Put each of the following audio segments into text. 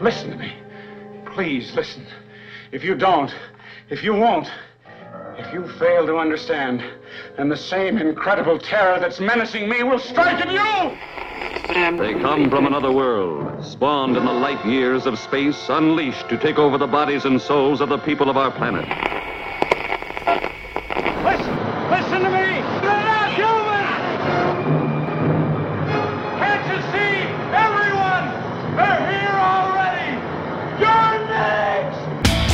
Listen to me. Please listen. If you don't, if you won't, if you fail to understand, then the same incredible terror that's menacing me will strike at you! They come from another world, spawned in the light years of space, unleashed to take over the bodies and souls of the people of our planet. Listen to me! They're not human! Can't you see? Everyone! They're here already! You're next!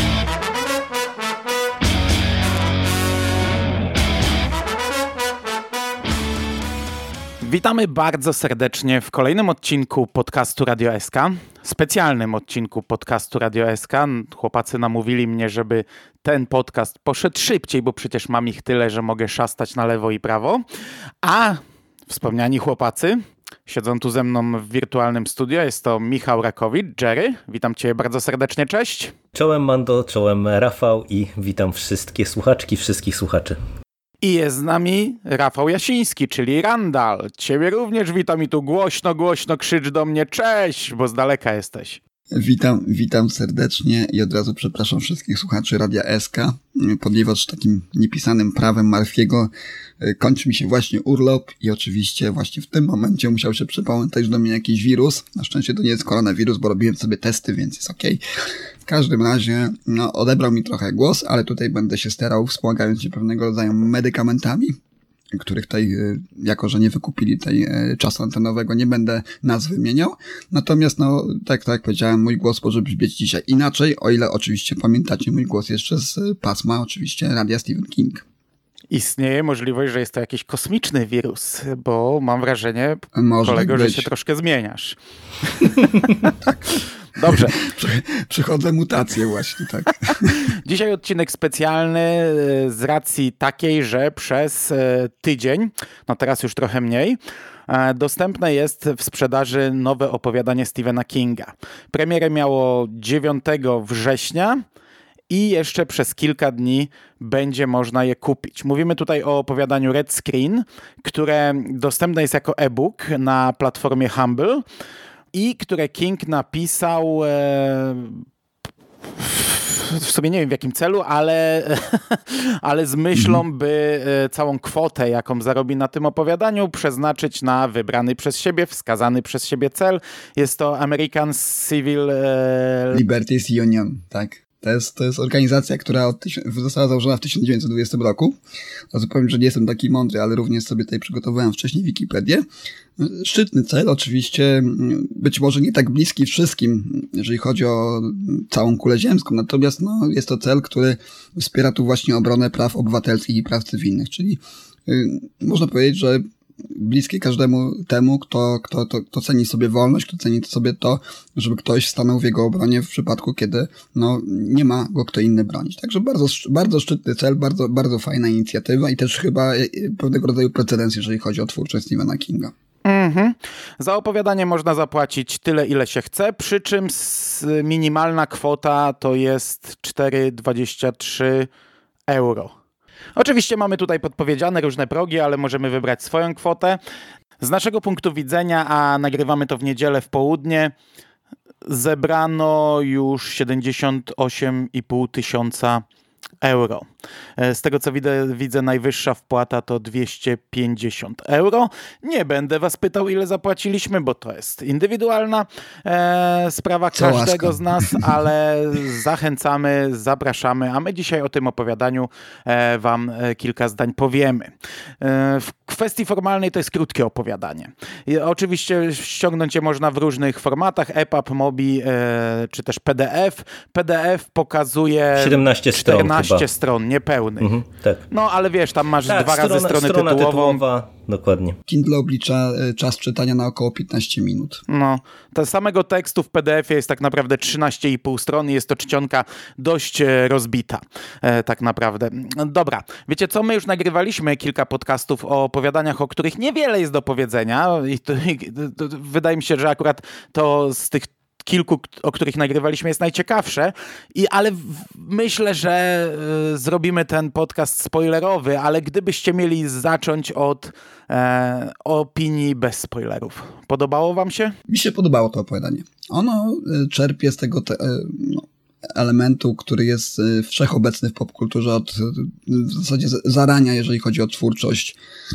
Witamy bardzo serdecznie w kolejnym odcinku podcastu Radio SK, specjalnym odcinku podcastu Radio SK. Chłopacy namówili mnie, żeby ten podcast poszedł szybciej, bo przecież mam ich tyle, że mogę szastać na lewo i prawo. A wspomniani chłopacy siedzą tu ze mną w wirtualnym studio. Jest to Michał Rakowicz, Jerry. Witam Cię bardzo serdecznie, cześć. Czołem Mando, czołem Rafał i witam wszystkie słuchaczki, wszystkich słuchaczy. I jest z nami Rafał Jasiński, czyli Randall. Ciebie również witam i tu głośno krzycz do mnie cześć, bo z daleka jesteś. Witam serdecznie i od razu przepraszam wszystkich słuchaczy Radia SK, ponieważ takim niepisanym prawem Murphy'ego kończy mi się właśnie urlop i oczywiście właśnie w tym momencie musiał się przypomnieć do mnie jakiś wirus. Na szczęście to nie jest koronawirus, bo robiłem sobie testy, więc jest okej. W każdym razie odebrał mi trochę głos, ale tutaj będę się starał, wspomagając się pewnego rodzaju medykamentami, których tutaj, jako że nie wykupili tej czasu antenowego, nie będę nazw wymieniał. Natomiast, tak jak powiedziałem, mój głos może brzmieć dzisiaj inaczej, o ile oczywiście pamiętacie mój głos jeszcze z pasma, oczywiście Radia Stephen King. Istnieje możliwość, że jest to jakiś kosmiczny wirus, bo mam wrażenie, może kolego, tak że się troszkę zmieniasz. Tak. Dobrze. Przychodzę mutacje właśnie, tak. Dzisiaj odcinek specjalny z racji takiej, że przez tydzień, teraz już trochę mniej, dostępne jest w sprzedaży nowe opowiadanie Stephena Kinga. Premierę miało 9 września i jeszcze przez kilka dni będzie można je kupić. Mówimy tutaj o opowiadaniu Red Screen, które dostępne jest jako e-book na platformie Humble i które King napisał w sumie nie wiem w jakim celu, ale z myślą, by całą kwotę, jaką zarobi na tym opowiadaniu, przeznaczyć na wybrany przez siebie, wskazany przez siebie cel. Jest to American Civil Liberties Union, tak. To jest organizacja, która została założona w 1920 roku. Powiem, że nie jestem taki mądry, ale również sobie tutaj przygotowałem wcześniej Wikipedię. Szczytny cel, oczywiście być może nie tak bliski wszystkim, jeżeli chodzi o całą kulę ziemską, natomiast jest to cel, który wspiera tu właśnie obronę praw obywatelskich i praw cywilnych, czyli można powiedzieć, że bliskie każdemu temu, kto ceni sobie wolność, kto ceni sobie to, żeby ktoś stanął w jego obronie w przypadku, kiedy nie ma go kto inny bronić. Także bardzo, bardzo szczytny cel, bardzo, bardzo fajna inicjatywa i też chyba pewnego rodzaju precedens, jeżeli chodzi o twórczość Stephena Kinga. Za opowiadanie można zapłacić tyle, ile się chce, przy czym minimalna kwota to jest 4,23 euro. Oczywiście mamy tutaj podpowiedziane różne progi, ale możemy wybrać swoją kwotę. Z naszego punktu widzenia, a nagrywamy to w niedzielę w południe, zebrano już 78,5 tysiąca euro. Z tego co widzę, najwyższa wpłata to 250 euro. Nie będę was pytał, ile zapłaciliśmy, bo to jest indywidualna sprawa każdego z nas, ale zachęcamy, zapraszamy, a my dzisiaj o tym opowiadaniu wam kilka zdań powiemy. W kwestii formalnej to jest krótkie opowiadanie. Oczywiście ściągnąć je można w różnych formatach, EPUB, MOBI czy też PDF. PDF pokazuje 14 stron, niepełnych. Tak. Ale wiesz, tam masz dwa razy stronę tytułową. Dokładnie. Kindle oblicza czas czytania na około 15 minut. To samego tekstu w PDF-ie jest tak naprawdę 13,5 stron i jest to czcionka dość rozbita. Tak naprawdę. Dobra, wiecie co? My już nagrywaliśmy kilka podcastów o opowiadaniach, o których niewiele jest do powiedzenia i to wydaje mi się, że akurat to z tych kilku, o których nagrywaliśmy, jest najciekawsze. Ale myślę, że zrobimy ten podcast spoilerowy, ale gdybyście mieli zacząć od opinii bez spoilerów. Podobało wam się? Mi się podobało to opowiadanie. Ono czerpie z tego elementu, który jest wszechobecny w popkulturze w zasadzie zarania, jeżeli chodzi o twórczość.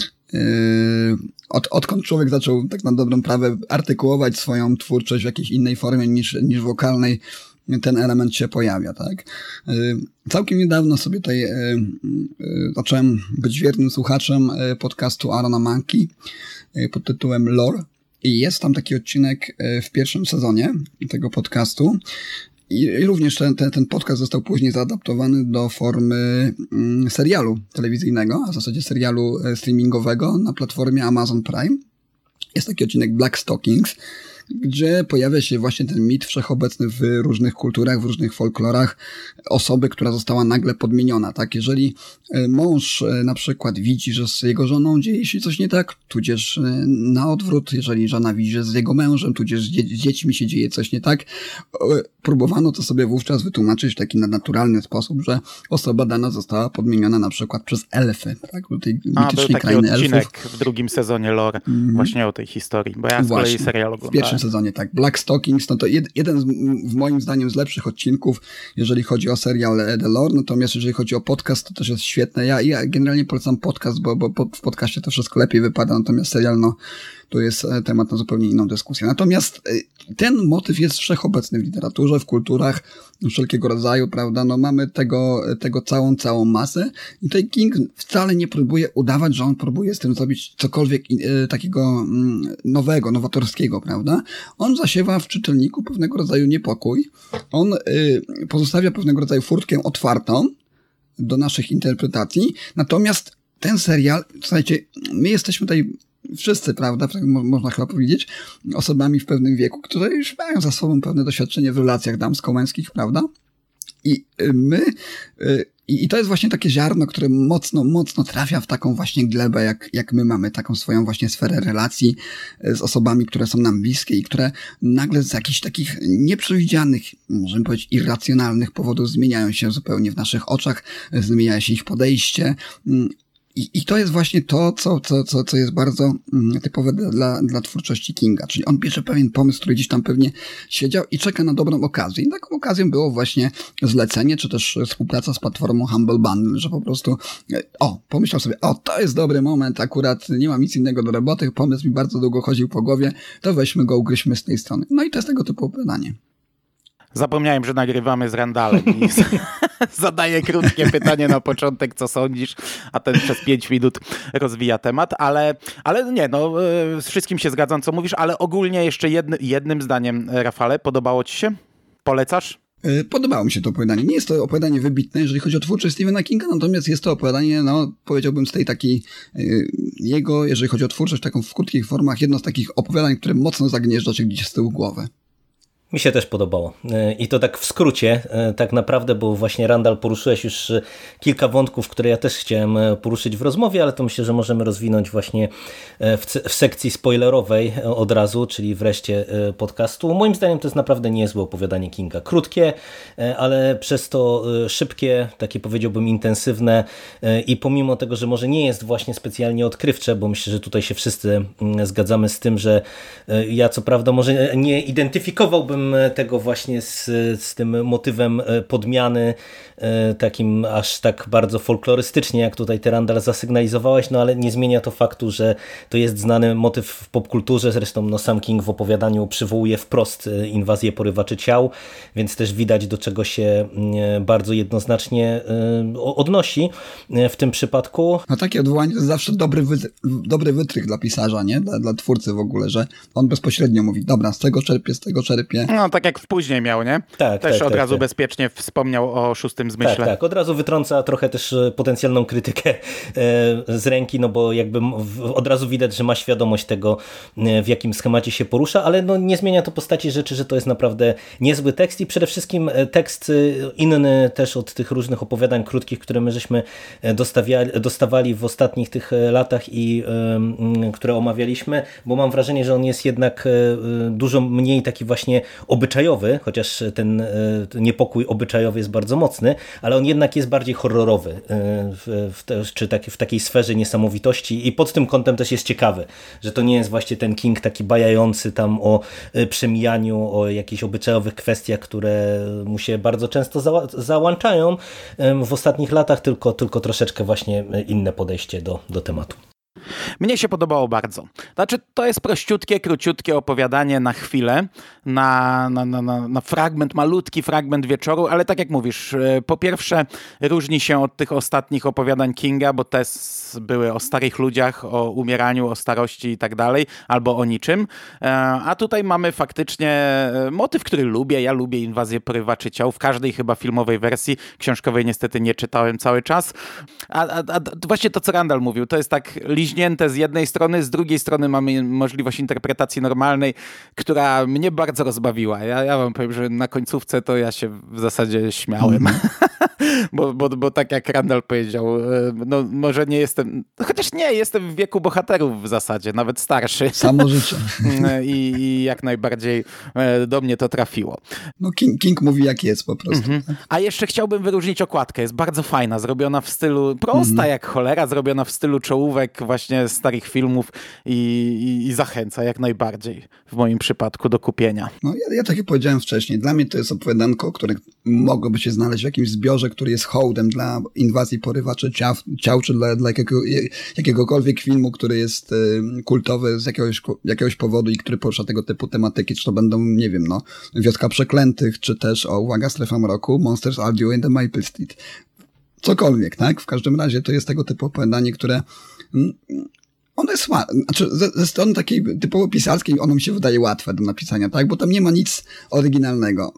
Odkąd człowiek zaczął tak na dobrą prawę artykułować swoją twórczość w jakiejś innej formie niż wokalnej, ten element się pojawia, tak? Całkiem niedawno sobie tutaj zacząłem być wiernym słuchaczem podcastu Arona Monkey pod tytułem Lore i jest tam taki odcinek w pierwszym sezonie tego podcastu. I również ten podcast został później zaadaptowany do formy serialu telewizyjnego, a w zasadzie serialu streamingowego na platformie Amazon Prime. Jest taki odcinek Black Stockings, gdzie pojawia się właśnie ten mit wszechobecny w różnych kulturach, w różnych folklorach osoby, która została nagle podmieniona. Tak? Jeżeli mąż na przykład widzi, że z jego żoną dzieje się coś nie tak, tudzież na odwrót, jeżeli żona widzi, że z jego mężem, tudzież z dziećmi się dzieje coś nie tak, próbowano to sobie wówczas wytłumaczyć w taki naturalny sposób, że osoba dana została podmieniona na przykład przez elfy. Tak? Do tej mitycznej krainy elfów. Był taki odcinek w drugim sezonie Lore właśnie o tej historii, bo ja z kolei serial oglądałem. W pierwszym sezonie, tak. Black Stockings, no to jeden w moim zdaniem z lepszych odcinków, jeżeli chodzi o serial The Lore, natomiast jeżeli chodzi o podcast, to też jest świetne. Ja generalnie polecam podcast, bo w podcaście to wszystko lepiej wypada, natomiast serial, no to jest temat na zupełnie inną dyskusję. Natomiast ten motyw jest wszechobecny w literaturze, w kulturach wszelkiego rodzaju, prawda? No mamy tego całą masę i tutaj King wcale nie próbuje udawać, że on próbuje z tym zrobić cokolwiek takiego nowego, nowatorskiego, prawda? On zasiewa w czytelniku pewnego rodzaju niepokój. On pozostawia pewnego rodzaju furtkę otwartą do naszych interpretacji. Natomiast ten serial, słuchajcie, my jesteśmy tutaj wszyscy, prawda, można chyba powiedzieć, osobami w pewnym wieku, które już mają za sobą pewne doświadczenie w relacjach damsko-męskich, prawda? I to jest właśnie takie ziarno, które mocno trafia w taką właśnie glebę, jak my mamy taką swoją właśnie sferę relacji z osobami, które są nam bliskie i które nagle z jakichś takich nieprzewidzianych, możemy powiedzieć irracjonalnych powodów zmieniają się zupełnie w naszych oczach, zmienia się ich podejście. I to jest właśnie to, co jest bardzo typowe dla twórczości Kinga. Czyli on bierze pewien pomysł, który gdzieś tam pewnie siedział i czeka na dobrą okazję. I taką okazją było właśnie zlecenie, czy też współpraca z platformą Humble Bundle, że po prostu pomyślał sobie, to jest dobry moment, akurat nie mam nic innego do roboty, pomysł mi bardzo długo chodził po głowie, to weźmy go, ugryźmy z tej strony. No i to jest tego typu opowiadanie. Zapomniałem, że nagrywamy z Randalem i zadaję krótkie pytanie na początek, co sądzisz, a ten przez 5 minut rozwija temat, ale nie, no z wszystkim się zgadzam, co mówisz, ale ogólnie jeszcze jednym zdaniem, Rafale, podobało ci się? Polecasz? Podobało mi się to opowiadanie. Nie jest to opowiadanie wybitne, jeżeli chodzi o twórczość Stephena Kinga, natomiast jest to opowiadanie, no powiedziałbym z tej takiej jego, jeżeli chodzi o twórczość taką w krótkich formach, jedno z takich opowiadań, które mocno zagnieżdża się gdzieś z tyłu głowy. Mi się też podobało. I to tak w skrócie, tak naprawdę, bo właśnie Randall poruszyłeś już kilka wątków, które ja też chciałem poruszyć w rozmowie, ale to myślę, że możemy rozwinąć właśnie w sekcji spoilerowej od razu, czyli wreszcie podcastu. Moim zdaniem to jest naprawdę niezłe opowiadanie Kinga. Krótkie, ale przez to szybkie, takie powiedziałbym intensywne i pomimo tego, że może nie jest właśnie specjalnie odkrywcze, bo myślę, że tutaj się wszyscy zgadzamy z tym, że ja co prawda może nie identyfikowałbym tego właśnie z tym motywem podmiany, takim aż tak bardzo folklorystycznie, jak tutaj ty, Randall, zasygnalizowałeś, no ale nie zmienia to faktu, że to jest znany motyw w popkulturze, zresztą no, sam King w opowiadaniu przywołuje wprost inwazję porywaczy ciał, więc też widać, do czego się bardzo jednoznacznie odnosi w tym przypadku. No takie odwołanie to jest zawsze dobry wytrych dla pisarza, nie? Dla twórcy w ogóle, że on bezpośrednio mówi, dobra, z tego czerpię. No tak jak później miał, nie? Też od razu bezpiecznie wspomniał o szóstym zmyśle. Tak, od razu wytrąca trochę też potencjalną krytykę z ręki, no bo jakby od razu widać, że ma świadomość tego, w jakim schemacie się porusza, ale no nie zmienia to postaci rzeczy, że to jest naprawdę niezły tekst i przede wszystkim tekst inny też od tych różnych opowiadań krótkich, które my żeśmy dostawali w ostatnich tych latach i które omawialiśmy, bo mam wrażenie, że on jest jednak dużo mniej taki właśnie obyczajowy, chociaż ten niepokój obyczajowy jest bardzo mocny, ale on jednak jest bardziej horrorowy w takiej sferze niesamowitości i pod tym kątem też jest ciekawy, że to nie jest właśnie ten King taki bajający tam o przemijaniu, o jakichś obyczajowych kwestiach, które mu się bardzo często załączają w ostatnich latach, tylko troszeczkę właśnie inne podejście do tematu. Mnie się podobało bardzo. Znaczy, to jest prościutkie, króciutkie opowiadanie na chwilę, na fragment, malutki fragment wieczoru, ale tak jak mówisz, po pierwsze różni się od tych ostatnich opowiadań Kinga, bo te były o starych ludziach, o umieraniu, o starości i tak dalej, albo o niczym. A tutaj mamy faktycznie motyw, który lubię. Ja lubię Inwazję porywaczy ciał w każdej chyba filmowej wersji. Książkowej niestety nie czytałem cały czas. A właśnie to, co Randall mówił, to jest tak liźnięte z jednej strony, z drugiej strony mamy możliwość interpretacji normalnej, która mnie bardzo rozbawiła. Ja wam powiem, że na końcówce to ja się w zasadzie śmiałem. Bo tak jak Randall powiedział, no może nie jestem, chociaż nie, jestem w wieku bohaterów w zasadzie, nawet starszy. Samo życie. I jak najbardziej do mnie to trafiło. No King mówi jak jest po prostu. A jeszcze chciałbym wyróżnić okładkę. Jest bardzo fajna, zrobiona w stylu, prosta jak cholera, zrobiona w stylu czołówek właśnie starych filmów i zachęca jak najbardziej w moim przypadku do kupienia. No ja tak jak powiedziałem wcześniej, dla mnie to jest opowiadanko, które mogłoby się znaleźć w jakimś zbiorze, który jest hołdem dla Inwazji porywaczy ciał czy dla jakiegokolwiek filmu, który jest kultowy z jakiegoś powodu i który porusza tego typu tematyki, czy to będą, nie wiem, no, Wioska Przeklętych, czy też, uwaga, Strefa Mroku, Monsters Are Due in the Maple Street. Cokolwiek, tak? W każdym razie to jest tego typu opowiadanie, które ono jest łatwe, znaczy ze strony takiej typowo pisarskiej ono mi się wydaje łatwe do napisania, tak? Bo tam nie ma nic oryginalnego.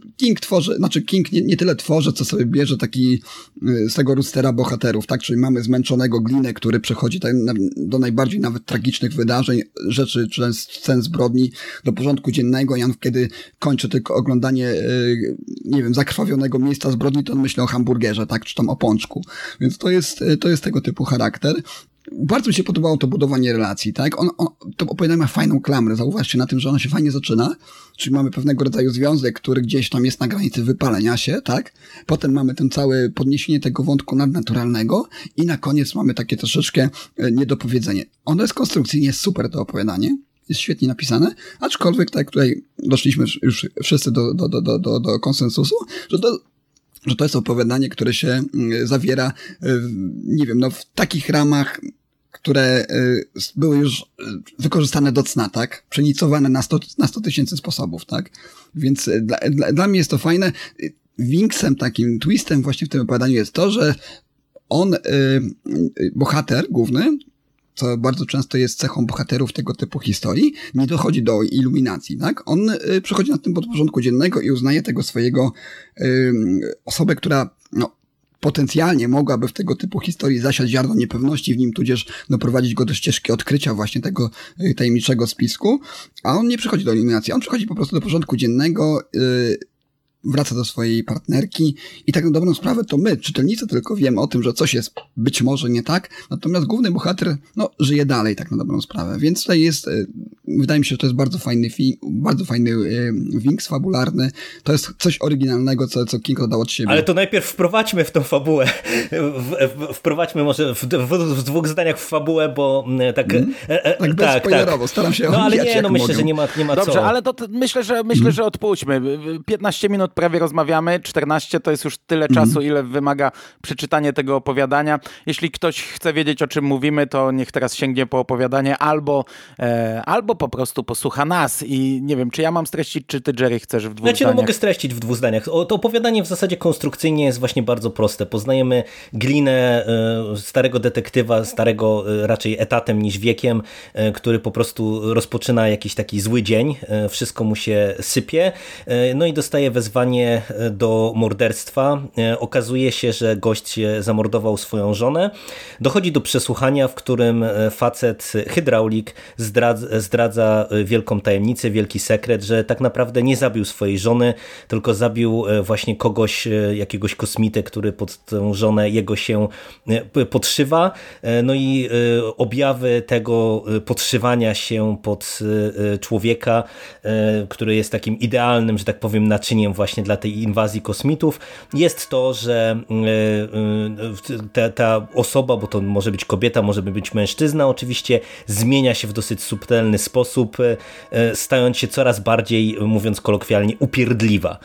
King nie tyle tworzy, co sobie bierze taki z tego rustera bohaterów, tak? Czyli mamy zmęczonego Glinę, który przechodzi do najbardziej nawet tragicznych wydarzeń, rzeczy, czy scen zbrodni do porządku dziennego. Jan, kiedy kończy tylko oglądanie, nie wiem, zakrwawionego miejsca zbrodni, to on myśli o hamburgerze, tak? Czy tam o pączku. Więc to jest tego typu charakter. Bardzo mi się podobało to budowanie relacji, tak? To opowiadanie ma fajną klamrę. Zauważcie na tym, że ona się fajnie zaczyna, czyli mamy pewnego rodzaju związek, który gdzieś tam jest na granicy wypalenia się, tak? Potem mamy ten cały podniesienie tego wątku nadnaturalnego i na koniec mamy takie troszeczkę niedopowiedzenie. Ono jest konstrukcyjnie super, to opowiadanie. Jest świetnie napisane, aczkolwiek tak tutaj doszliśmy już wszyscy do konsensusu, że to jest opowiadanie, które się zawiera, nie wiem, no w takich ramach, które były już wykorzystane do cna, tak? Przenicowane na 100 tysięcy sposobów, tak? Więc dla mnie jest to fajne. Winksem, takim twistem właśnie w tym opowiadaniu jest to, że on, bohater główny, co bardzo często jest cechą bohaterów tego typu historii, nie dochodzi do iluminacji, tak? On przechodzi na tym do porządku dziennego i uznaje tego swojego osobę, która no, potencjalnie mogłaby w tego typu historii zasiać ziarno niepewności w nim, tudzież doprowadzić go do ścieżki odkrycia właśnie tego tajemniczego spisku, a on nie przechodzi do iluminacji, on przechodzi po prostu do porządku dziennego, wraca do swojej partnerki i tak na dobrą sprawę to my, czytelnicy, tylko wiemy o tym, że coś jest być może nie tak, natomiast główny bohater, no, żyje dalej tak na dobrą sprawę, więc tutaj jest, wydaje mi się, że to jest bardzo fajny film, bardzo fajny winks fabularny, to jest coś oryginalnego, co King dodał od siebie. Ale to najpierw wprowadźmy w tą fabułę, wprowadźmy może w dwóch zdaniach w fabułę, bo tak... tak bezspoilerowo, staram się no ale omijać, nie, no myślę, mogę. że nie ma Dobrze, co. ale to myślę, że odpuśćmy. 15 minut prawie rozmawiamy, 14 to jest już tyle czasu, ile wymaga przeczytanie tego opowiadania. Jeśli ktoś chce wiedzieć, o czym mówimy, to niech teraz sięgnie po opowiadanie albo po prostu posłucha nas i nie wiem, czy ja mam streścić, czy ty, Jerry, chcesz w dwóch zdaniach? No mogę streścić w 2 zdaniach. To opowiadanie w zasadzie konstrukcyjnie jest właśnie bardzo proste. Poznajemy Glinę, starego detektywa, starego raczej etatem niż wiekiem, który po prostu rozpoczyna jakiś taki zły dzień, wszystko mu się sypie, no i dostaje wezwanie wezwanie do morderstwa. Okazuje się, że gość zamordował swoją żonę. Dochodzi do przesłuchania, w którym facet, hydraulik, zdradza wielką tajemnicę, wielki sekret, że tak naprawdę nie zabił swojej żony, tylko zabił właśnie kogoś, jakiegoś kosmitę, który pod tę żonę jego się podszywa. No i objawy tego podszywania się pod człowieka, który jest takim idealnym, że tak powiem, naczyniem właśnie dla tej inwazji kosmitów, jest to, że ta osoba, bo to może być kobieta, może być mężczyzna oczywiście, zmienia się w dosyć subtelny sposób, stając się coraz bardziej, mówiąc kolokwialnie, upierdliwa.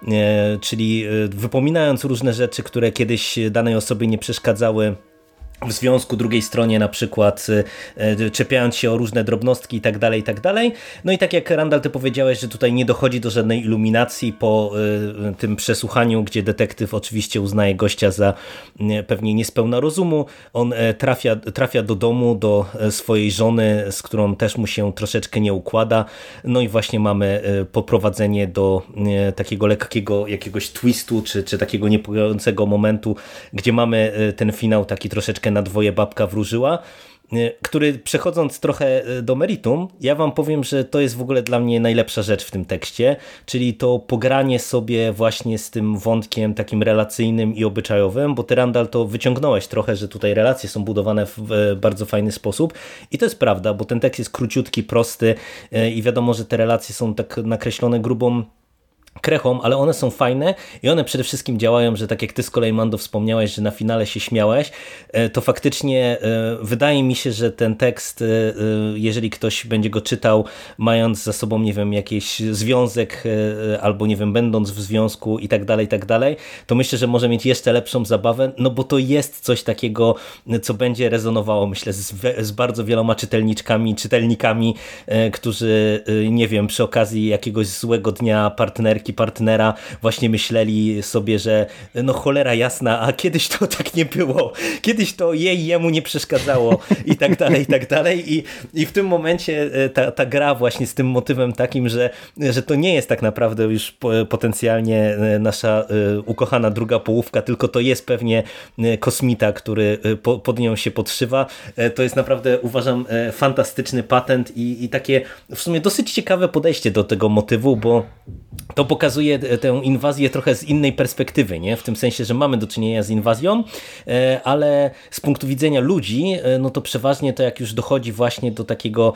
Czyli wypominając różne rzeczy, które kiedyś danej osobie nie przeszkadzały w związku, drugiej stronie na przykład czepiając się o różne drobnostki i tak dalej, i tak dalej. No i tak jak Randall, ty powiedziałeś, że tutaj nie dochodzi do żadnej iluminacji po tym przesłuchaniu, gdzie detektyw oczywiście uznaje gościa za pewnie niespełna rozumu. On trafia do domu, do swojej żony, z którą też mu się troszeczkę nie układa. No i właśnie mamy poprowadzenie do takiego lekkiego jakiegoś twistu, czy takiego niepokojącego momentu, gdzie mamy ten finał taki troszeczkę na dwoje babka wróżyła, który, przechodząc trochę do meritum, ja wam powiem, że to jest w ogóle dla mnie najlepsza rzecz w tym tekście, czyli to pogranie sobie właśnie z tym wątkiem takim relacyjnym i obyczajowym, bo ty, Randall, to wyciągnąłeś trochę, że tutaj relacje są budowane w bardzo fajny sposób i to jest prawda, bo ten tekst jest króciutki, prosty i wiadomo, że te relacje są tak nakreślone grubą krechą, ale one są fajne i one przede wszystkim działają, że tak jak ty z kolei, Mando, wspomniałeś, że na finale się śmiałeś, to faktycznie wydaje mi się, że ten tekst, jeżeli ktoś będzie go czytał, mając za sobą, nie wiem, jakiś związek albo, nie wiem, będąc w związku i tak dalej, to myślę, że może mieć jeszcze lepszą zabawę, no bo to jest coś takiego, co będzie rezonowało, myślę, z bardzo wieloma czytelniczkami, czytelnikami, którzy, nie wiem, przy okazji jakiegoś złego dnia partnera właśnie myśleli sobie, że no cholera jasna, a kiedyś to tak nie było, kiedyś to jemu nie przeszkadzało i tak dalej i w tym momencie ta gra właśnie z tym motywem takim, że to nie jest tak naprawdę już potencjalnie nasza ukochana druga połówka, tylko to jest pewnie kosmita, który pod nią się podszywa, to jest naprawdę, uważam, fantastyczny patent i takie w sumie dosyć ciekawe podejście do tego motywu, bo to pokazuje tę inwazję trochę z innej perspektywy, nie? W tym sensie, że mamy do czynienia z inwazją, ale z punktu widzenia ludzi, no to przeważnie to jak już dochodzi właśnie do takiego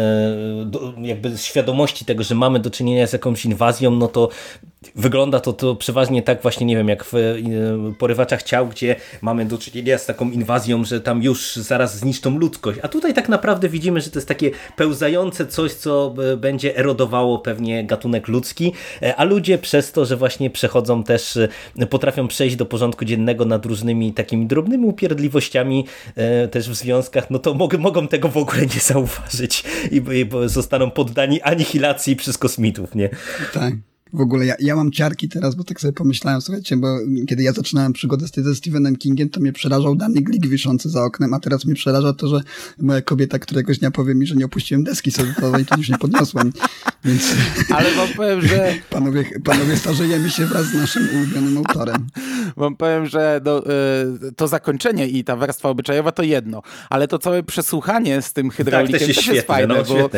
jakby świadomości tego, że mamy do czynienia z jakąś inwazją, no to wygląda to przeważnie tak właśnie, nie wiem, jak w Porywaczach ciał, gdzie mamy do czynienia z taką inwazją, że tam już zaraz zniszczą ludzkość. A tutaj tak naprawdę widzimy, że to jest takie pełzające coś, co będzie erodowało pewnie gatunek ludzki, a ludzie przez to, że właśnie przechodzą też, potrafią przejść do porządku dziennego nad różnymi takimi drobnymi upierdliwościami też w związkach, no to mogą tego w ogóle nie zauważyć i zostaną poddani anihilacji przez kosmitów, nie? Tak. W ogóle ja mam ciarki teraz, bo tak sobie pomyślałem, słuchajcie, bo kiedy ja zaczynałem przygodę ze Stephenem Kingiem, to mnie przerażał Danny Glick wiszący za oknem, a teraz mnie przeraża to, że moja kobieta któregoś dnia powie mi, że nie opuściłem deski solitowej, to już nie podniosłem. Więc... Ale wam powiem, że... Panowie starzejemy się wraz z naszym ulubionym autorem. Wam powiem, że to zakończenie i ta warstwa obyczajowa to jedno, ale to całe przesłuchanie z tym hydraulikiem tak, też jest fajne, bo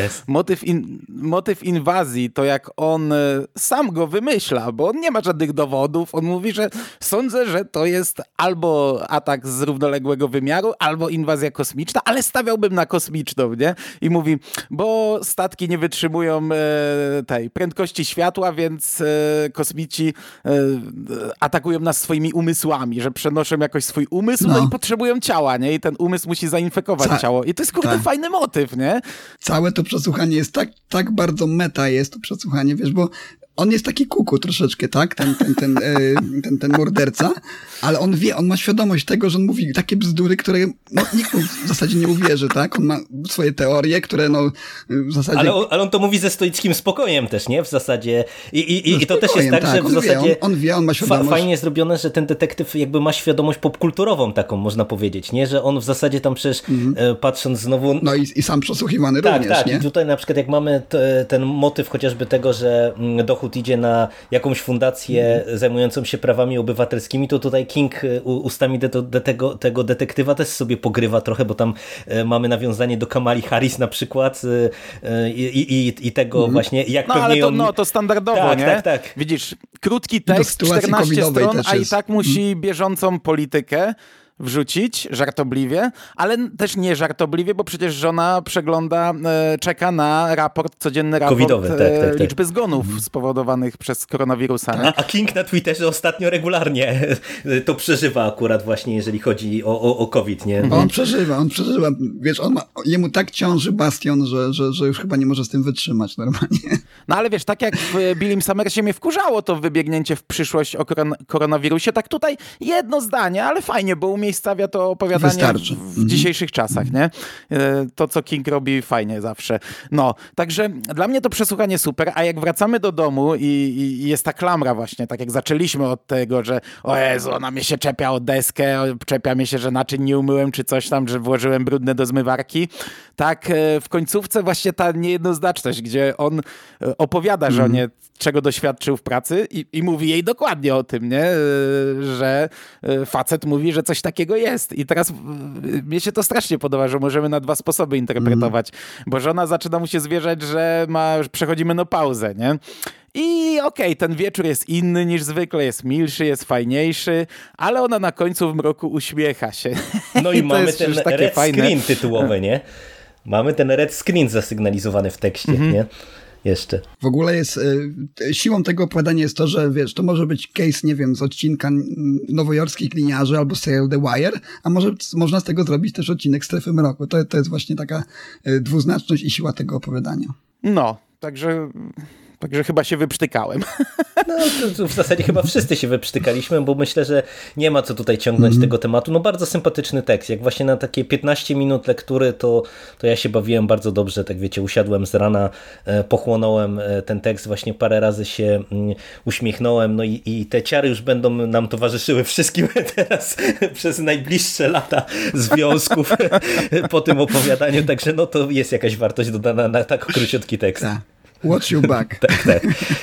motyw inwazji, to jak on sam go wymyśla, bo on nie ma żadnych dowodów, on mówi, że sądzę, że to jest albo atak z równoległego wymiaru, albo inwazja kosmiczna, ale stawiałbym na kosmiczną, nie? I mówi, bo statki nie wytrzymują tej prędkości światła, więc kosmici atakują nas swoimi umysłami, że przenoszą jakoś swój umysł, no i potrzebują ciała, nie? I ten umysł musi zainfekować ciało. I to jest kurde fajny motyw, nie? Całe to przesłuchanie jest tak bardzo meta jest to przesłuchanie, wiesz, bo on jest taki kuku troszeczkę, tak? Ten morderca, ale on wie, on ma świadomość tego, że on mówi takie bzdury, które nikt mu w zasadzie nie uwierzy, tak? On ma swoje teorie, które w zasadzie... Ale on to mówi ze stoickim spokojem też, nie? W zasadzie. I to też jest tak, że w zasadzie on wie, on ma świadomość. Fajnie zrobione, że ten detektyw jakby ma świadomość popkulturową taką, można powiedzieć, nie? Że on w zasadzie tam przecież patrząc znowu... No i sam przesłuchiwany również, tak, nie? I tutaj na przykład jak mamy ten motyw chociażby tego, że dochód idzie na jakąś fundację zajmującą się prawami obywatelskimi, to tutaj King ustami tego detektywa też sobie pogrywa trochę, bo tam mamy nawiązanie do Kamali Harris na przykład i tego właśnie, jak no, pewnie ale to standardowo, tak, nie? Tak. Widzisz, krótki tekst, 14 stron, a i tak musi bieżącą politykę wrzucić, żartobliwie, ale też nie żartobliwie, bo przecież żona czeka na codzienny raport covidowy, tak. liczby zgonów spowodowanych przez koronawirusa. Nie? A King na Twitterze ostatnio regularnie to przeżywa akurat właśnie, jeżeli chodzi o COVID, nie? On przeżywa. Wiesz, jemu tak ciąży bastion, że już chyba nie może z tym wytrzymać normalnie. No ale wiesz, tak jak w Billim Summersie mnie wkurzało to wybiegnięcie w przyszłość o koronawirusie, tak tutaj jedno zdanie, ale fajnie, bo umiejscawia to opowiadanie w dzisiejszych czasach, nie? To, co King robi fajnie zawsze. No, także dla mnie to przesłuchanie super, a jak wracamy do domu i jest ta klamra właśnie, tak jak zaczęliśmy od tego, że o Jezu, ona mnie się czepia o deskę, czepia mnie się, że naczyń nie umyłem, czy coś tam, że włożyłem brudne do zmywarki. Tak w końcówce właśnie ta niejednoznaczność, gdzie on opowiada żonie, czego doświadczył w pracy i mówi jej dokładnie o tym, nie? Że facet mówi, że coś takiego jest. I teraz mnie się to strasznie podoba, że możemy na dwa sposoby interpretować, bo żona zaczyna mu się zwierzać, że przechodzi menopauzę, nie? I okej, ten wieczór jest inny niż zwykle, jest milszy, jest fajniejszy, ale ona na końcu w mroku uśmiecha się. No i mamy ten red screen tytułowy, nie? Mamy ten red screen zasygnalizowany w tekście, nie? Jeszcze. W ogóle jest, siłą tego opowiadania jest to, że wiesz, to może być case, nie wiem, z odcinka nowojorskich liniarzy albo serial The Wire, a można z tego zrobić też odcinek Strefy Mroku. To jest właśnie taka dwuznaczność i siła tego opowiadania. No, także chyba się wyprztykałem. No, to w zasadzie chyba wszyscy się wyprztykaliśmy, bo myślę, że nie ma co tutaj ciągnąć tego tematu. No bardzo sympatyczny tekst. Jak właśnie na takie 15 minut lektury, to ja się bawiłem bardzo dobrze. Tak wiecie, usiadłem z rana, pochłonąłem ten tekst, właśnie parę razy się uśmiechnąłem. No i te ciary już będą nam towarzyszyły wszystkim teraz przez najbliższe lata związków po tym opowiadaniu. Także no to jest jakaś wartość dodana na tak króciutki tekst. Watch your back. Tak.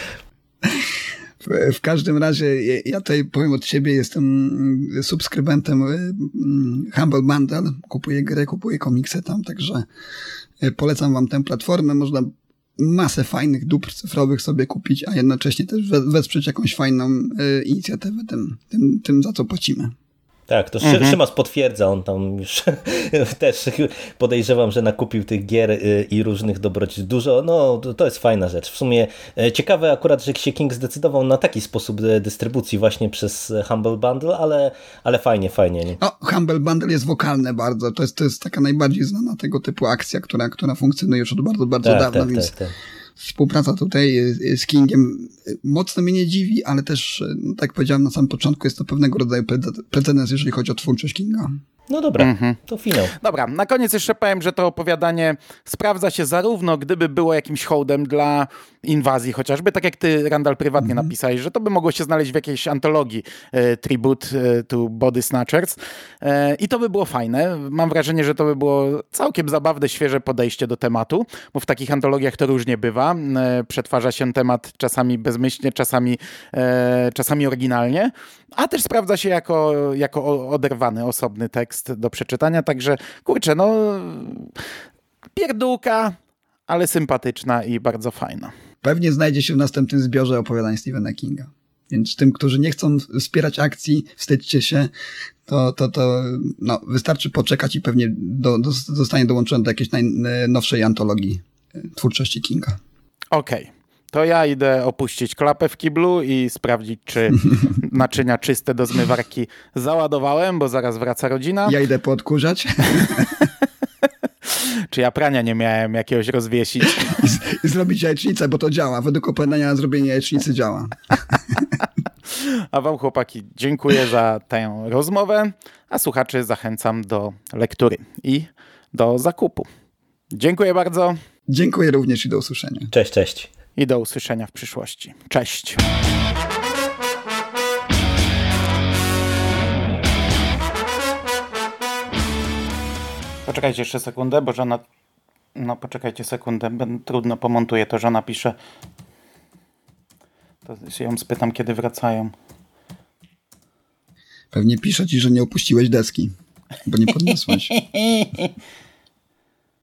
W każdym razie ja tutaj powiem od siebie, jestem subskrybentem Humble Bundle, kupuję gry, kupuję komiksy tam, także polecam wam tę platformę, można masę fajnych dóbr cyfrowych sobie kupić, a jednocześnie też wesprzeć jakąś fajną inicjatywę tym za co płacimy. Tak, to Szymas potwierdza, on tam już też podejrzewam, że nakupił tych gier i różnych dobroci dużo. No, to jest fajna rzecz. W sumie ciekawe akurat, że się King zdecydował na taki sposób dystrybucji właśnie przez Humble Bundle, ale fajnie. Nie? No, Humble Bundle jest wokalne bardzo. To jest taka najbardziej znana tego typu akcja, która funkcjonuje już od bardzo, bardzo dawna, więc... Tak. Współpraca tutaj z Kingiem mocno mnie nie dziwi, ale też, tak jak powiedziałem na samym początku, jest to pewnego rodzaju precedens, jeżeli chodzi o twórczość Kinga. No dobra, to finał. Dobra, na koniec jeszcze powiem, że to opowiadanie sprawdza się zarówno, gdyby było jakimś hołdem dla inwazji chociażby, tak jak ty, Randall, prywatnie napisałeś, że to by mogło się znaleźć w jakiejś antologii Tribute to Body Snatchers i to by było fajne. Mam wrażenie, że to by było całkiem zabawne, świeże podejście do tematu, bo w takich antologiach to różnie bywa. Przetwarza się temat czasami bezmyślnie, czasami oryginalnie, a też sprawdza się jako oderwany, osobny tekst do przeczytania, także kurczę, no pierdółka, ale sympatyczna i bardzo fajna. Pewnie znajdzie się w następnym zbiorze opowiadań Stephena Kinga. Więc tym, którzy nie chcą wspierać akcji, wstydźcie się, to wystarczy poczekać i pewnie zostanie dołączony do jakiejś najnowszej antologii twórczości Kinga. Okej. To ja idę opuścić klapę w kiblu i sprawdzić, czy naczynia czyste do zmywarki załadowałem, bo zaraz wraca rodzina. Ja idę poodkurzać. Czy ja prania nie miałem jakiegoś rozwiesić. I zrobić jajecznicę, bo to działa. Według opowiadania zrobienie jajecznicy działa. A wam, chłopaki, dziękuję za tę rozmowę, a słuchaczy zachęcam do lektury i do zakupu. Dziękuję bardzo. Dziękuję również i do usłyszenia. Cześć. I do usłyszenia w przyszłości. Cześć. Poczekajcie jeszcze sekundę, bo żona... No poczekajcie sekundę, trudno pomontuję to, żona pisze. To się ją spytam, kiedy wracają. Pewnie pisze ci, że nie opuściłeś deski, bo nie podniosłeś.